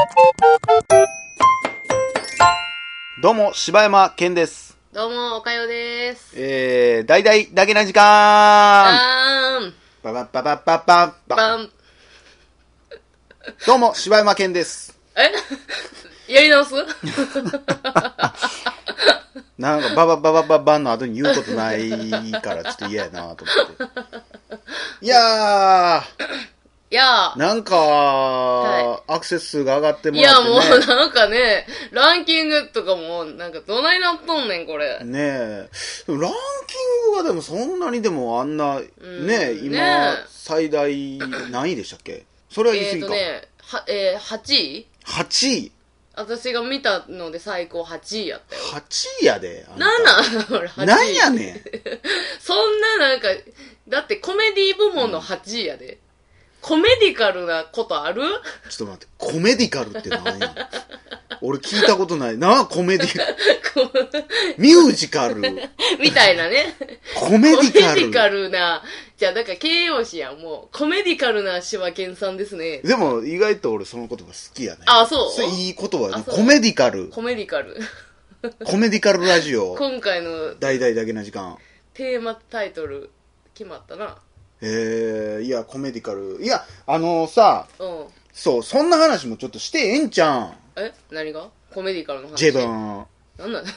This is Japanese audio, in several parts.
どうも、柴山健です。 どうも、おかよです。 大々だけな時間ババッババッバッバッバン。どうも、柴山健です。 やり直すなんか、ババッババッバッバンの後に言うことないから、ちょっと嫌やなと思って。いやー、なんか、はい、アクセス数が上がってもらってね。 いや、もうなんかね、ランキングとかも、なんかどないなっとんねん、これ。 ねえ。ランキングがでもそんなにでもあんな、ね今、ね、最大何位でしたっけ？それは言い過ぎか。 8位 ?8 位私が見たので最高8位やったよ。 8位やで。 なんなんやねん。 そんななんか、だってコメディ部門の8位やで。コメディカルなことある？ ちょっと待って、コメディカルって何や俺聞いたことないな、コメディミュージカルみたいなね。 コメディカル。コメディカルな、じゃあだから形容詞やん、もう。コメディカルな柴犬さんですね。 でも意外と俺その言葉好きやね。 あ、そう？ それいい言葉ね。コメディカル。 コメディカル。 コメディカルラジオ。 今回の大々だけな時間。 テーマタイトル決まったな。 いや、コメディカル。いや、さ、そう、そんな話もちょっとしてええんちゃうん。 何がコメディカルの話？ 自分。 なんなん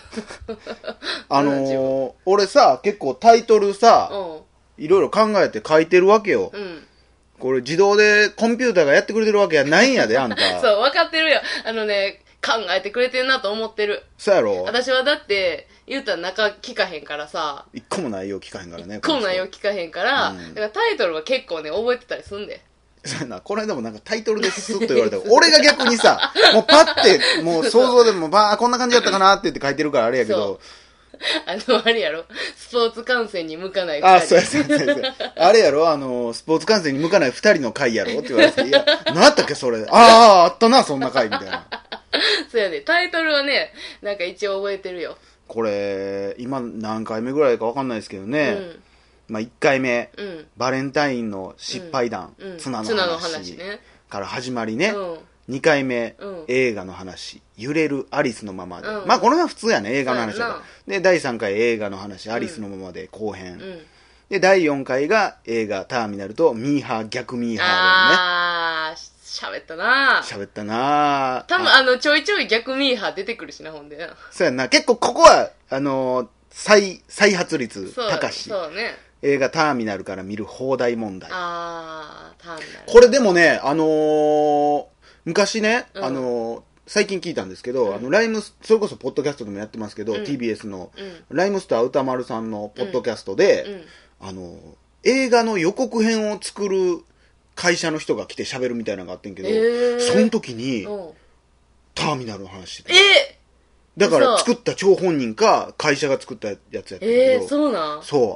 俺さ、結構タイトルさ、いろいろ考えて書いてるわけよ。これ自動でコンピューターがやってくれてるわけやないんやで、あんた。 そう、分かってるよ。考えてくれてるなと思ってる。 そうやろ？ 私はだって、言うたら中聞かへんからさ。 一個も内容聞かへんからね。 一個も内容聞かへんから、だからタイトルは結構ね、覚えてたりすんで。 そうやな、この間もなんかタイトルですっと言われた俺が逆にさ、もうパッて、もう想像でもこんな感じだったかなって言って書いてるからあれやけど。 あれやろ、スポーツ観戦に向かない二人。そうや。あれやろ、スポーツ観戦に向かない二人の回やろって言われて、いや、何やったっけそれ。あったな、そんな回みたいな。 そうやね、タイトルはね、なんか一応覚えてるよ。 これ、今何回目ぐらいか分かんないですけどね。まあ、1回目、バレンタインの失敗談、ツナの話ねから始まりね、2回目、映画の話、揺れるアリスのままで、まあこれは普通やね、映画の話だから。で第3回映画の話、アリスのままで後編、で第4回が映画ターミナルとミーハー逆ミーハーでね。 喋ったな多分ちょいちょい逆ミーハー出てくるしな、ほんでな。 そうやな、結構ここは再発率高し。 そうね。 映画ターミナルから見る放題問題。 ターミナル。 これでもね、昔ね、最近聞いたんですけど、ライムス、それこそポッドキャストでもやってますけど、TBS の、ライムスター歌丸さんのポッドキャストで、映画の予告編を作る会社の人が来て喋るみたいなのがあってんけど、その時に、ターミナルの話してた。だから作った張本人か会社が作ったやつやったんだけど、 そうなん？ そう、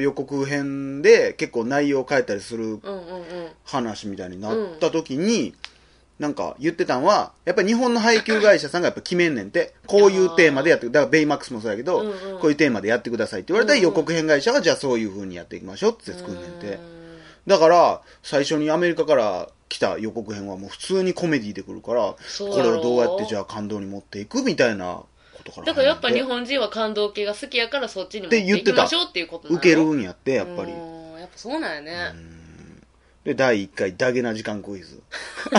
予告編で結構内容を変えたりする話みたいになった時に、なんか言ってたんは、やっぱり日本の配給会社さんがやっぱ決めんねんて、こういうテーマでやってくだからベイマックスもそうやけど、こういうテーマでやってくださいって言われたら予告編会社はじゃあそういう風にやっていきましょうって作んねんて。だから最初にアメリカから来た予告編はもう普通にコメディで来るから、これをどうやってじゃあ感動に持っていくみたいなことから。 だからやっぱ日本人は感動系が好きやからそっちに持っていきましょうっていうことなの。 受けるんやって、やっぱり。 やっぱそうなんやね。 で、第1回ダゲな時間クイズ。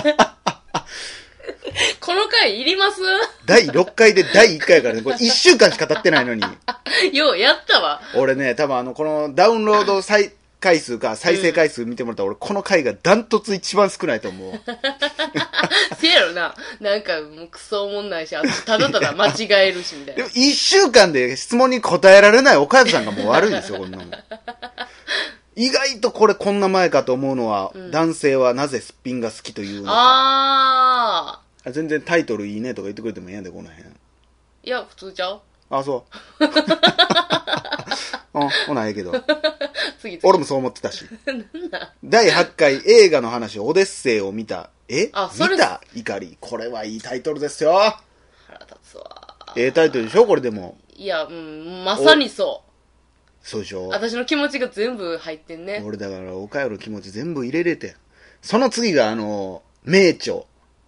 この回いります？ 第6回で第1回からね、これ1週間しか経ってないのに。 ようやったわ。 俺ね、多分このダウンロード回数か再生回数見てもらったら、俺この回がダントツ一番少ないと思う。 せやろな。なんかもうクソおもんないし、ただただ間違えるしみたいな。 でも1週間で質問に答えられない岡谷さんがもう悪いんですよ、こんなもん。意外とこれこんな前かと思うのは、男性はなぜすっぴんが好きというのか。全然タイトルいいねとか言ってくれてもええんで、この辺。 いや、普通ちゃう？ そう。ほなええけど。俺もそう思ってたし。第8回映画の話、オデッセイを見た。見た怒り。これはいいタイトルですよ。 腹立つわ。 タイトルでしょこれでも。 いや、まさにそう。 そうでしょ。 私の気持ちが全部入ってんね。 俺だから岡山の気持ち全部入れれて。その次が名著。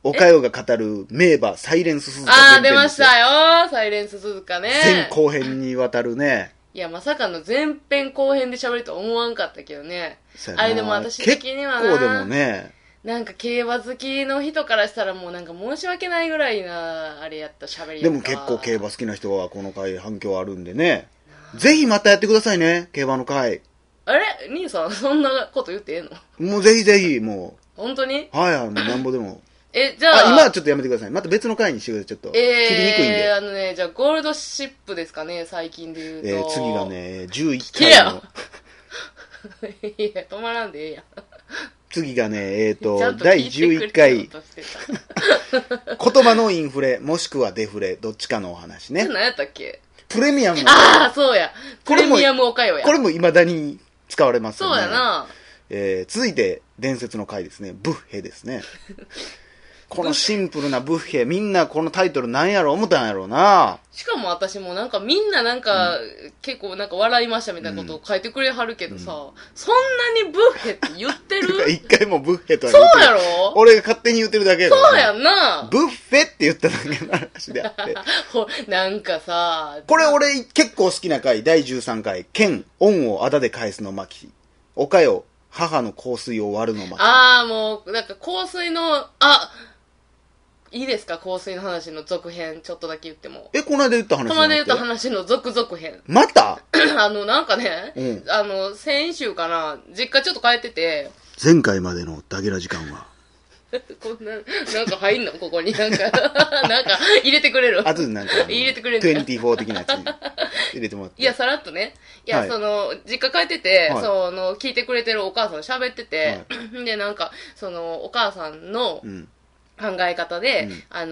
おかよが語る名馬サイレンス鈴鹿あー、出ましたよ。サイレンス鈴鹿ね。 前後編にわたるね。 いや、まさかの前編後編で喋るとは思わんかったけどね。あれでも私的にはな。 結構でもね。 なんか競馬好きの人からしたらもうなんか申し訳ないぐらいな、あれやった喋りやった。 でも結構競馬好きな人はこの回反響あるんでね。ぜひまたやってくださいね、競馬の回。 あれ兄さん、そんなこと言ってええの？ もうぜひぜひ、もう。本当に？ はいはい、もうなんぼでも。 じゃあ。 今はちょっとやめてください。また別の回にしてください、ちょっと。切りにくいんで。 じゃあゴールドシップですかね、最近で言うと。 次がね、11 回の。いや、止まらんでええやん。 次がね、第11回。言葉のインフレ、もしくはデフレ、どっちかのお話ね。 何やったっけ？ プレミアム。 ああ、そうや。プレミアムおかよや。 これも未だに使われますよね。 そうやな。 続いて、伝説の回ですね。ブッヘですね。このシンプルなブッヘ、みんなこのタイトル何やろ思ったんやろうな。 しかも私もなんかみんななんか、結構なんか笑いましたみたいなことを書いてくれはるけどさ、そんなにブッヘって言ってる？ 一回もブッヘとは言ってる。そうやろ？ 俺が勝手に言ってるだけやから、 そうやんな。 ブッフェって言っただけの話であって。 なんかさ、 これ俺結構好きな回、第13回、剣、恩をあだで返すの巻。おかよ、母の香水を割るの巻。 ああ、もう、なんか香水の、いいですか？香水の話の続編、ちょっとだけ言っても。 この間言った話この間言った話の続編。 またなんかね、先週かな、実家ちょっと帰ってて。 前回までのダゲラ時間は。 こんな、なんか入んのここに。なんか入れてくれる。 後でなんか。 入れてくれる。 24的なやつに入れてもらって。 いや、さらっとね。いや、実家帰ってて、聞いてくれてるお母さん喋ってて、で、なんか、お母さんの、考え方で、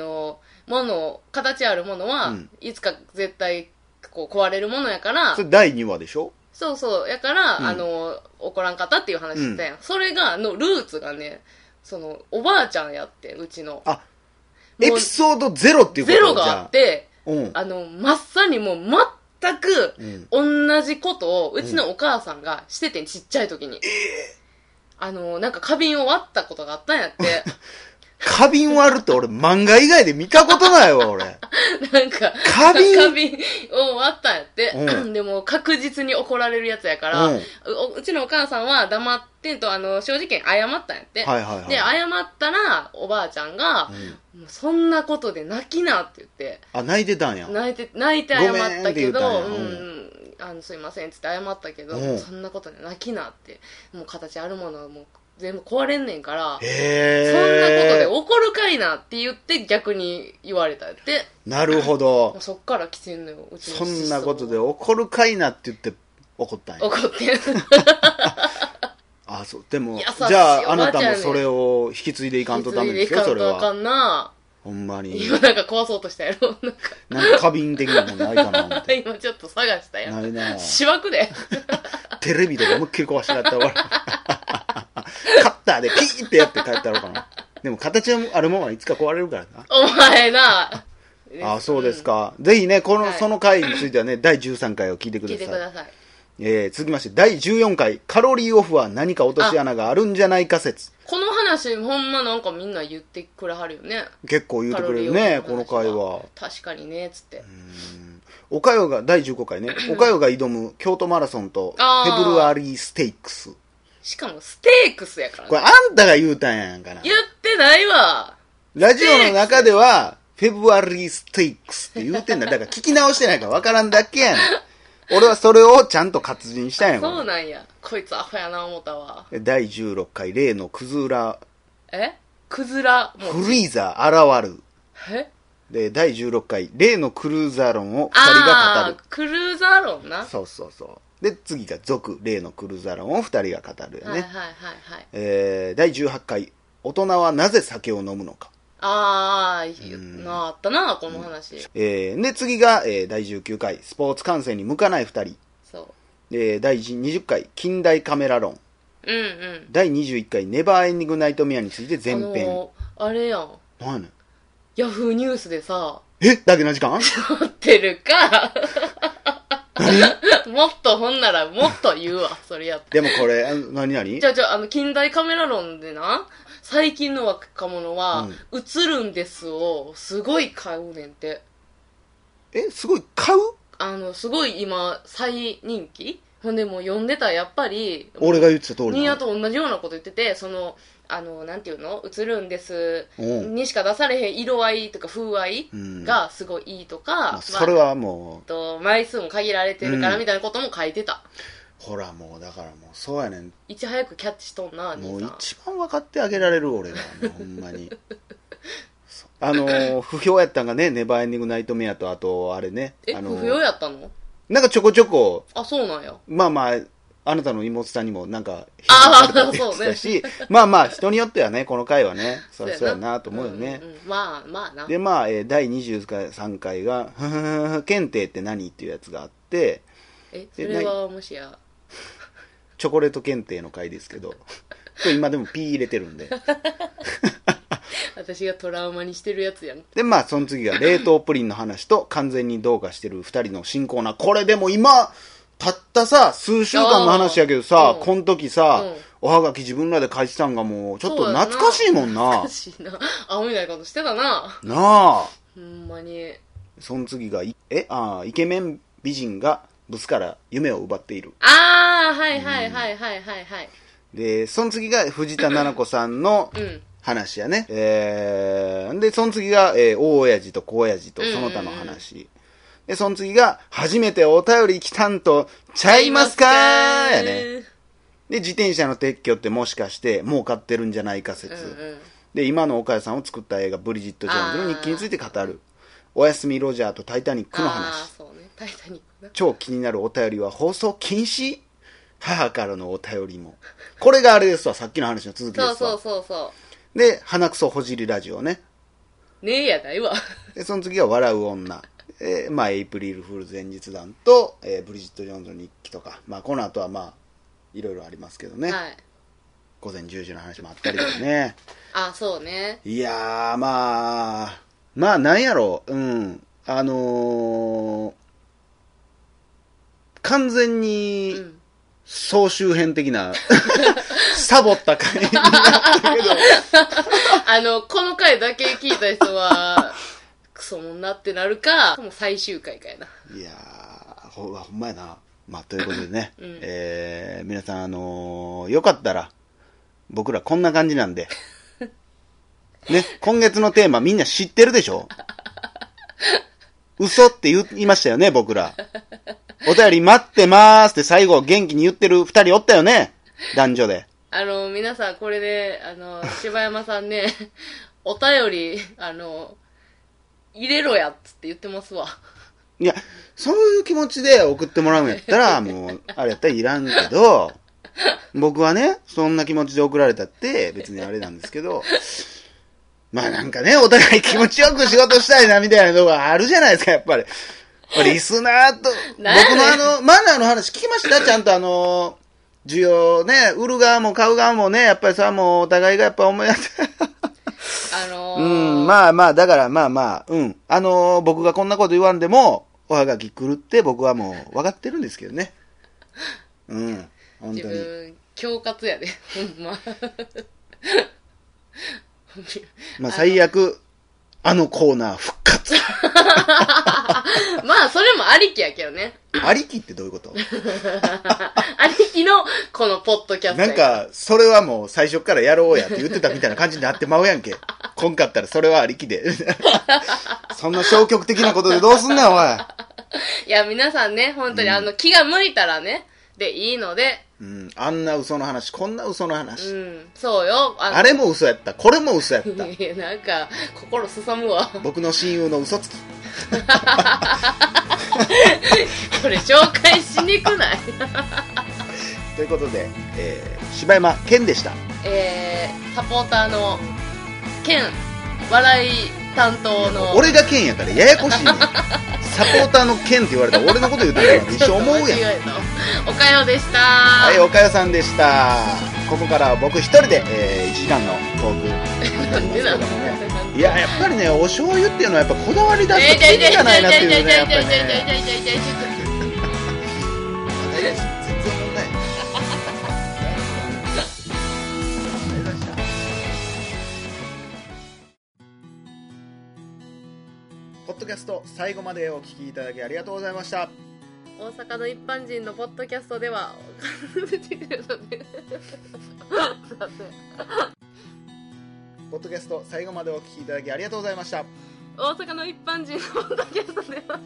形あるものは、いつか絶対、こう、壊れるものやから、 それ第2話でしょ？ そうそう。やから、怒らんかったっていう話したやん。それが、ルーツがね、おばあちゃんやって、うちの。 エピソード0っていうこと？ ゼロがあって、まっさにもう全く、同じことを、うちのお母さんがしててん、ちっちゃい時に。なんか花瓶を割ったことがあったんやって。 花瓶割るって俺漫画以外で見たことないわ、俺。 なんか、花瓶を割ったんやって。でも確実に怒られるやつやから、うちのお母さんは黙ってんと、正直謝ったんやって。で、謝ったら、おばあちゃんが、もうそんなことで泣きなって言って。 泣いてたんや。 泣いて謝ったけど、すいませんって言って謝ったけど、そんなことで泣きなって。もう形あるものはもう、全部壊れんねんから、そんなことで怒るかいなって言って逆に言われたって。 なるほど。 そっから来てんのよ、うちのそんなことで怒るかいなって言って怒ったんや。 怒ってん。 そう。でも、じゃああなたもそれを引き継いでいかんとダメですよ、それは。 引き継いでいかんとあかんな。 ほんまに。 今なんか壊そうとしたやろ。 なんか花瓶的なもんないかな思って。 今ちょっと探したやん。 ないな。 しばくで。 テレビとか思いっきり壊しちゃったわ。カッターでピーってやって帰ったろうかな。でも形あるものはいつか壊れるからな。 お前な。 そうですか。ぜひね、その回についてはね、第13回を聞いてください。 聞いてください。 続きまして、第14回、カロリーオフは何か落とし穴があるんじゃないか説。 この話、ほんまなんかみんな言ってくれはるよね。 結構言うてくれるね、この回は。 確かにね、つって。 おかよが、第15回ね、おかよが挑む京都マラソンと、フェブルアリーステークス。 しかもステークスやからね。 これあんたが言うたんやんかな。 言ってないわ。 ラジオの中では、フェブルアリーステークスって言うてんだ。だから聞き直してないから分からんだけやねん。俺はそれをちゃんと活字にしたんや。 そうなんや。こいつアホやな思ったわ。 第16回、例のクズラ。 クズラ。 フリーザ現る。で、第16回、例のクルーザー論を2人が語る。 クルーザー論な。 そうそうそう。で、次が続、例のクルーザー論を2人が語るよね。第18回、大人はなぜ酒を飲むのか。あったな、この話。 で、次が、第19回、スポーツ観戦に向かない2人。 そう。 第20回、近代カメラ論。第21回、ネバーエンディングナイトメアについて前編。 あれやん。 何やねん。 ヤフーニュースでさ。 だけの時間撮ってるか。もっとほんならもっと言うわ、それやって。 でもこれ、何じゃあ、近代カメラ論でな、 最近の若者は、映るんですをすごい買うねんて。 すごい買う？ すごい今最人気。ほんでもう読んでたらやっぱり俺が言ってた通りニーヤと同じようなこと言ってて、なんていうの、映るんですにしか出されへん色合いとか風合いがすごいいいとか、 それはもう、枚数も限られてるからみたいなことも書いてた。 ほらもうだからもうそうやねん。 いち早くキャッチしとんな。 もう一番分かってあげられる俺がほんまに不評やったんがね、ネバーエンディングナイトメアと、あとあれね、 不評やったの？ なんかちょこちょこ、 そうなんや。 まあまあ、あなたの妹さんにもなんか、 そうね。 まあまあ、人によってはね、この回はね、そうやなと思うよね。 まあな。 で、第23回が、検定って何っていうやつがあって、 それはもしや。 チョコレート検定の回ですけど、これ今でもピー入れてるんで。 私がトラウマにしてるやつやん。 で、その次が冷凍プリンの話と完全にどうかしてる二人の新コーナー。これでも今、たったさ、数週間の話やけどさ、この時さ、おはがき自分らで書いてたんがもう、ちょっと懐かしいもんな。 懐かしいな。青みたいなことしてたな。 なあ。 ほんまに。 その次が、イケメン美人がブスから夢を奪っている。 はい。 で、その次が藤田奈々子さんの、話やね。で、その次が、大親父と小親父とその他の話。で、その次が、初めてお便り来たんとちゃいますかーやね。で、自転車の撤去ってもしかして儲かってるんじゃないか説。で、今の岡谷さんを作った映画ブリジット・ジョーンズの日記について語る。おやすみロジャーとタイタニックの話。 そうね、タイタニックな。 超気になるお便りは放送禁止？母からのお便りも。これがあれですわ、さっきの話の続きですわ。 そう。 で、鼻くそほじりラジオね。 ねえやないわ。 で、その次は笑う女。エイプリルフール前日談と、ブリジット・ジョーンズの日記とか。この後はいろいろありますけどね。 はい。 午前10時の話もあったりとかね。 そうね。 いやー、なんやろう。完全に、総集編的な、サボった回になったけど。この回だけ聞いた人は、クソもんなってなるか、もう最終回かやな。 いやー、ほんまやな。ということでね、皆さん、よかったら、僕らこんな感じなんで、ね、今月のテーマみんな知ってるでしょ？嘘って言いましたよね、僕ら。お便り待ってまーすって最後元気に言ってる二人おったよね、男女で。 皆さんこれで、柴山さんね、お便り、入れろやっつって言ってますわ。 いや、そういう気持ちで送ってもらうんやったら、もう、あれやったらいらんけど、僕はね、そんな気持ちで送られたって別にあれなんですけど、なんかね、お互い気持ちよく仕事したいなみたいなのがあるじゃないですか、やっぱり。リスナーと、僕のマナーの話聞きました？ちゃんと需要ね、売る側も買う側もね、やっぱりさ、もうお互いがやっぱ思いやって。だから僕がこんなこと言わんでも、おはがき来るって僕はもう分かってるんですけどね。本当に。 自分、恐喝やで、ほんま。 最悪、コーナー復活。 それもありきやけどね。 ありきってどういうこと？ ありきの、このポッドキャスト。 なんか、それはもう最初からやろうやって言ってたみたいな感じになってまうやんけ。こんかったらそれはありきで。そんな消極的なことでどうすんねん、おい。 いや、皆さんね、本当に気が向いたらね、でいいので。 あんな嘘の話、こんな嘘の話。 そうよ。 あれも嘘やった、これも嘘やった。 いや、なんか、心すさむわ。 僕の親友の嘘つき。 これ紹介しにくない？ ということで、柴山健でした。 サポーターの健、笑い担当の。 俺が健やからややこしいね。サポーターの健って言われたら俺のこと言うてるから一緒思うやん。 おかよでした。 はい、おかよさんでした。ここからは僕一人で、1時間のトークになりますけどもね。いや、やっぱりね、お醤油っていうのはやっぱこだわり出すとキリがないなっていうね、やっぱりね。全然問題ない。 ポッドキャスト最後までお聞きいただきありがとうございました。 大阪の一般人のポッドキャストではポッドキャスト最後までお聞きいただきありがとうございました。 大阪の一般人のポッドキャストでは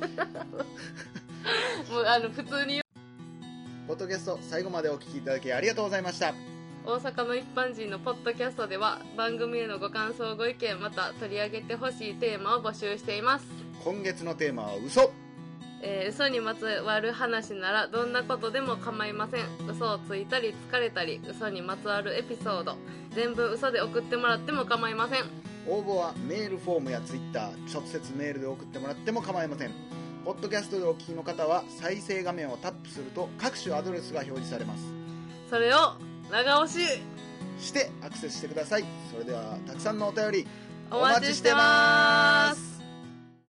もう普通にポッドキャスト最後までお聞きいただきありがとうございました。 大阪の一般人のポッドキャストでは番組へのご感想ご意見また取り上げてほしいテーマを募集しています。 今月のテーマは嘘。 嘘にまつわる話ならどんなことでも構いません。嘘をついたり疲れたり嘘にまつわるエピソード全部嘘で送ってもらっても構いません。 応募はメールフォームやツイッター直接メールで送ってもらっても構いません。ポッドキャストでお聞きの方は再生画面をタップすると各種アドレスが表示されます。 それを長押ししてアクセスしてください。それではたくさんのお便りお待ちしてます。